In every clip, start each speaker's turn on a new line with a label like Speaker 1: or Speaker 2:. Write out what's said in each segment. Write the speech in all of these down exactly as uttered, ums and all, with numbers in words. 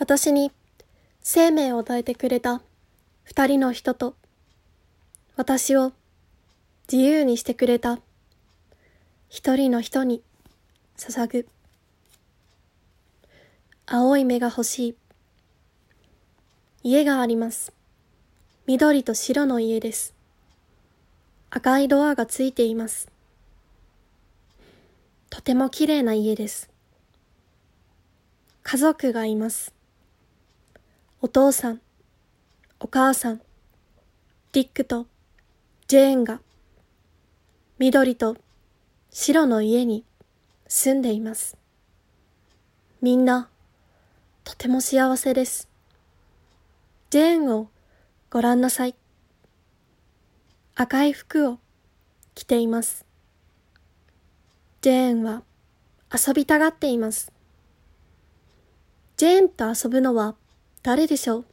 Speaker 1: 私に生命を与えてくれた二人の人と、私を自由にしてくれた一人の人に捧ぐ。青い目が欲しい。家があります。緑と白の家です。赤いドアがついています。とても綺麗な家です。家族がいます。お父さん、お母さん、ディックとジェーンが緑と白の家に住んでいます。みんなとても幸せです。ジェーンをご覧なさい。赤い服を着ています。ジェーンは遊びたがっています。ジェーンと遊ぶのは誰でしょう？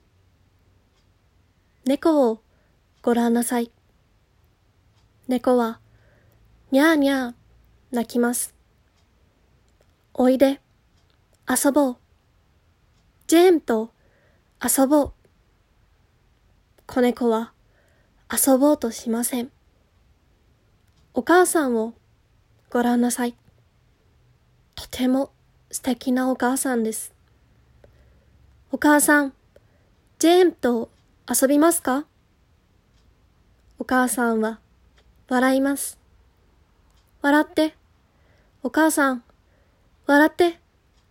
Speaker 1: 猫をご覧なさい。猫はにゃーにゃー鳴きます。おいで、遊ぼう。ジェーンと遊ぼう。子猫は遊ぼうとしません。お母さんをご覧なさい。とても素敵なお母さんです。お母さん、ジェーンと遊びますか？お母さんは笑います。笑って。お母さん、笑って。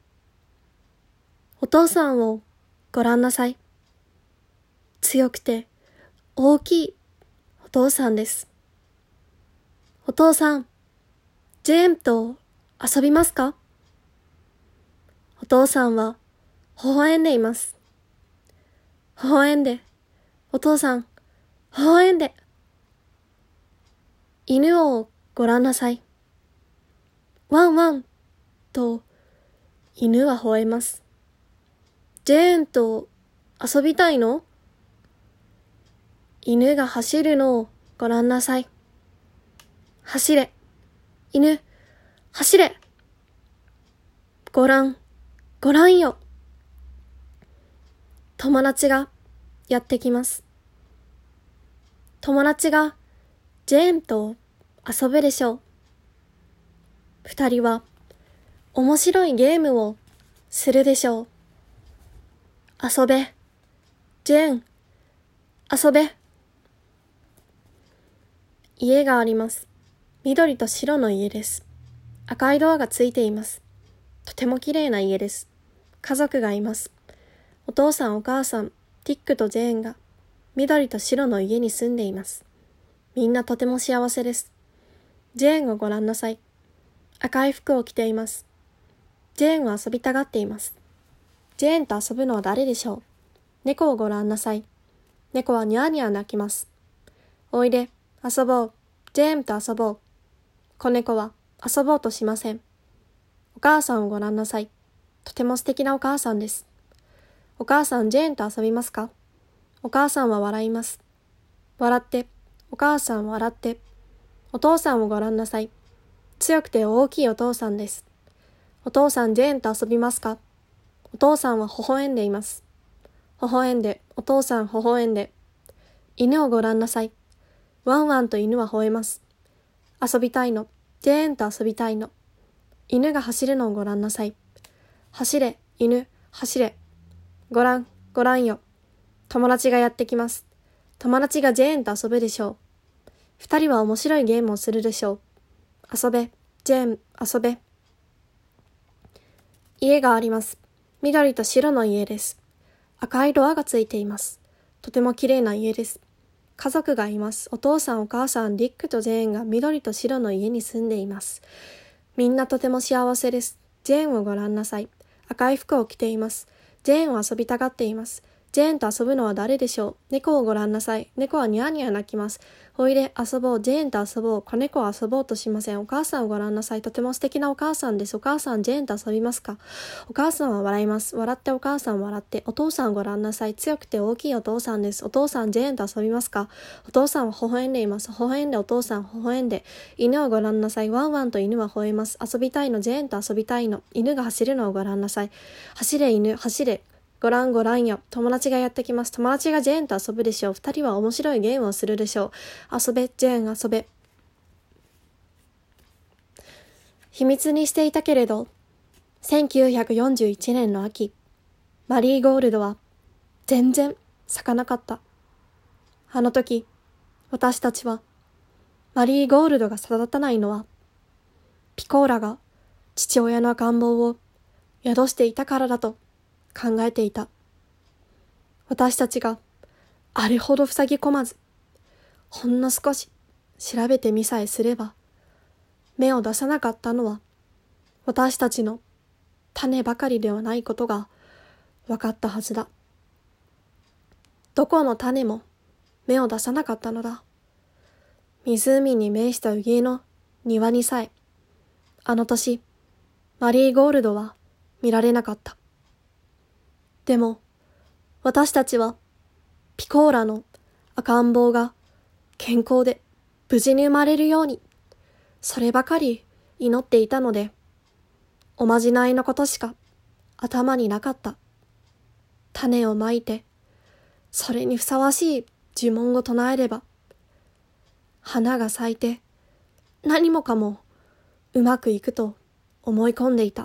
Speaker 1: お父さんをご覧なさい。強くて大きいお父さんです。お父さん、ジェーンと遊びますか？お父さんは微笑んでいます。微笑んで。お父さん、微笑んで。犬をご覧なさい。ワンワンと犬は吠えます。ジェーンと遊びたいの？犬が走るのをご覧なさい。走れ。犬、走れ。ごらん、ごらんよ。友達がやってきます。友達がジェーンと遊ぶでしょう。二人は面白いゲームをするでしょう。遊べ、ジェーン、遊べ。家があります。緑と白の家です。赤いドアがついています。とても綺麗な家です。家族がいます。お父さんお母さん、ティックとジェーンが緑と白の家に住んでいます。みんなとても幸せです。ジェーンをご覧なさい。赤い服を着ています。ジェーンは遊びたがっています。ジェーンと遊ぶのは誰でしょう？猫をご覧なさい。猫はニャーニャー鳴きます。おいで、遊ぼう。ジェーンと遊ぼう。子猫は遊ぼうとしません。お母さんをご覧なさい。とても素敵なお母さんです。お母さん、ジェーンと遊びますか？お母さんは笑います。笑って。お母さん笑って。お父さんをご覧なさい。強くて大きいお父さんです。お父さん、ジェーンと遊びますか？お父さんは微笑んでいます。微笑んで。お父さん微笑んで。犬をご覧なさい。ワンワンと犬は吠えます。遊びたいの。ジェーンと遊びたいの。犬が走るのをご覧なさい。走れ、犬、走れ。ごらん、ごらんよ。友達がやってきます。友達がジェーンと遊ぶでしょう。二人は面白いゲームをするでしょう。遊べ、ジェーン、遊べ。家があります。緑と白の家です。赤いドアがついています。とても綺麗な家です。家族がいます。お父さんお母さん、ディックとジェーンが緑と白の家に住んでいます。みんなとても幸せです。ジェーンをご覧なさい。赤い服を着ています。ジェーンは遊びたがっています。ジェーンと遊ぶのは誰でしょう？猫をご覧なさい。猫はニャーニャー鳴きます。おいで、遊ぼう。ジェーンと遊ぼう。子猫は遊ぼうとしません。お母さんをご覧なさい。とても素敵なお母さんです。お母さん、ジェーンと遊びますか？お母さんは笑います。笑ってお母さん笑って。お父さんをご覧なさい。強くて大きいお父さんです。お父さん、ジェーンと遊びますか？お父さんは微笑んでいます。微笑んでお父さん、微笑んで。犬をご覧なさい。ワンワンと犬は吠えます。遊びたいの。ジェーンと遊びたいの。犬が走るのをご覧なさい。走れ犬、走れ。 ごらんごらんよ。友達がやってきます。友達がジェーンと遊ぶでしょう。二人は面白いゲームをするでしょう。遊べ、ジェーン遊べ。秘密にしていたけれど、せんきゅうひゃくよんじゅういちねんの秋、マリーゴールドは全然咲かなかった。あの時、私たちはマリーゴールドが育たないのは、ピコーラが父親の赤ん坊を宿していたからだと考えていた。私たちがあれほど塞ぎ込まず、ほんの少し調べてみさえすれば、芽を出さなかったのは私たちの種ばかりではないことが分かったはずだ。どこの種も芽を出さなかったのだ。湖に面した家の庭にさえ、あの年、マリーゴールドは見られなかった。でも、私たちは、ピコーラの赤ん坊が健康で無事に生まれるように、そればかり祈っていたので、おまじないのことしか頭になかった。種をまいて、それにふさわしい呪文を唱えれば、花が咲いて何もかもうまくいくと思い込んでいた。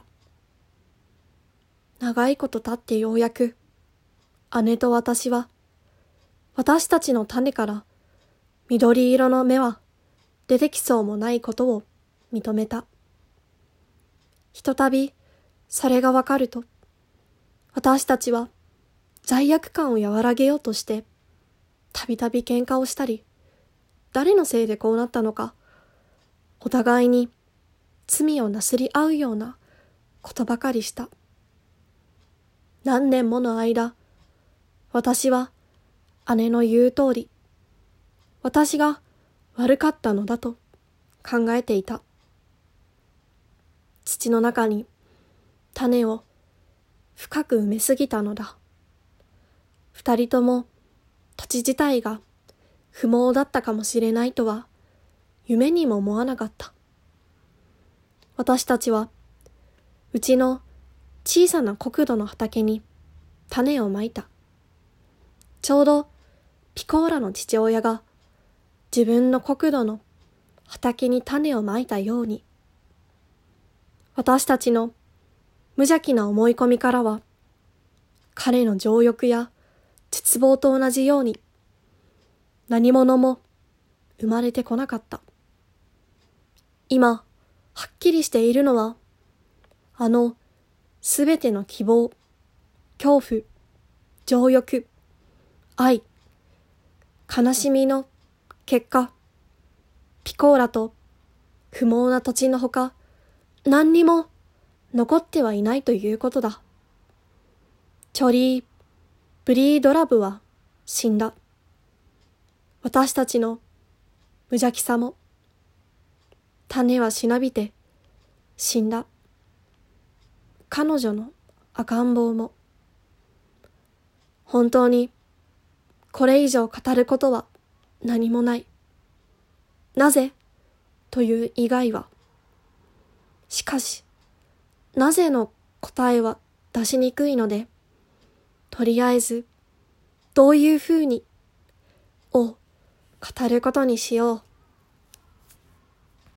Speaker 1: 長いこと経ってようやく、姉と私は、私たちの種から緑色の芽は出てきそうもないことを認めた。ひとたびそれがわかると、私たちは罪悪感を和らげようとして、たびたび喧嘩をしたり、誰のせいでこうなったのか、お互いに罪をなすり合うようなことばかりした。何年もの間、私は姉の言う通り、私が悪かったのだと考えていた。土の中に種を深く埋めすぎたのだ。二人とも土地自体が不毛だったかもしれないとは夢にも思わなかった。私たちはうちの小さな国土の畑に種をまいた。ちょうどピコーラの父親が自分の国土の畑に種をまいたように、私たちの無邪気な思い込みからは、彼の情欲や絶望と同じように何者も生まれてこなかった。今、はっきりしているのは、あのすべての希望、恐怖、情欲、愛、悲しみの結果、ピコーラと不毛な土地のほか、何にも残ってはいないということだ。チョリー・ブリードラブは死んだ。私たちの無邪気さも、種はしなびて死んだ。彼女の赤ん坊も。本当にこれ以上語ることは何もない。なぜという以外は。しかし、なぜの答えは出しにくいので、とりあえず、どういうふうにを語ることにしよう。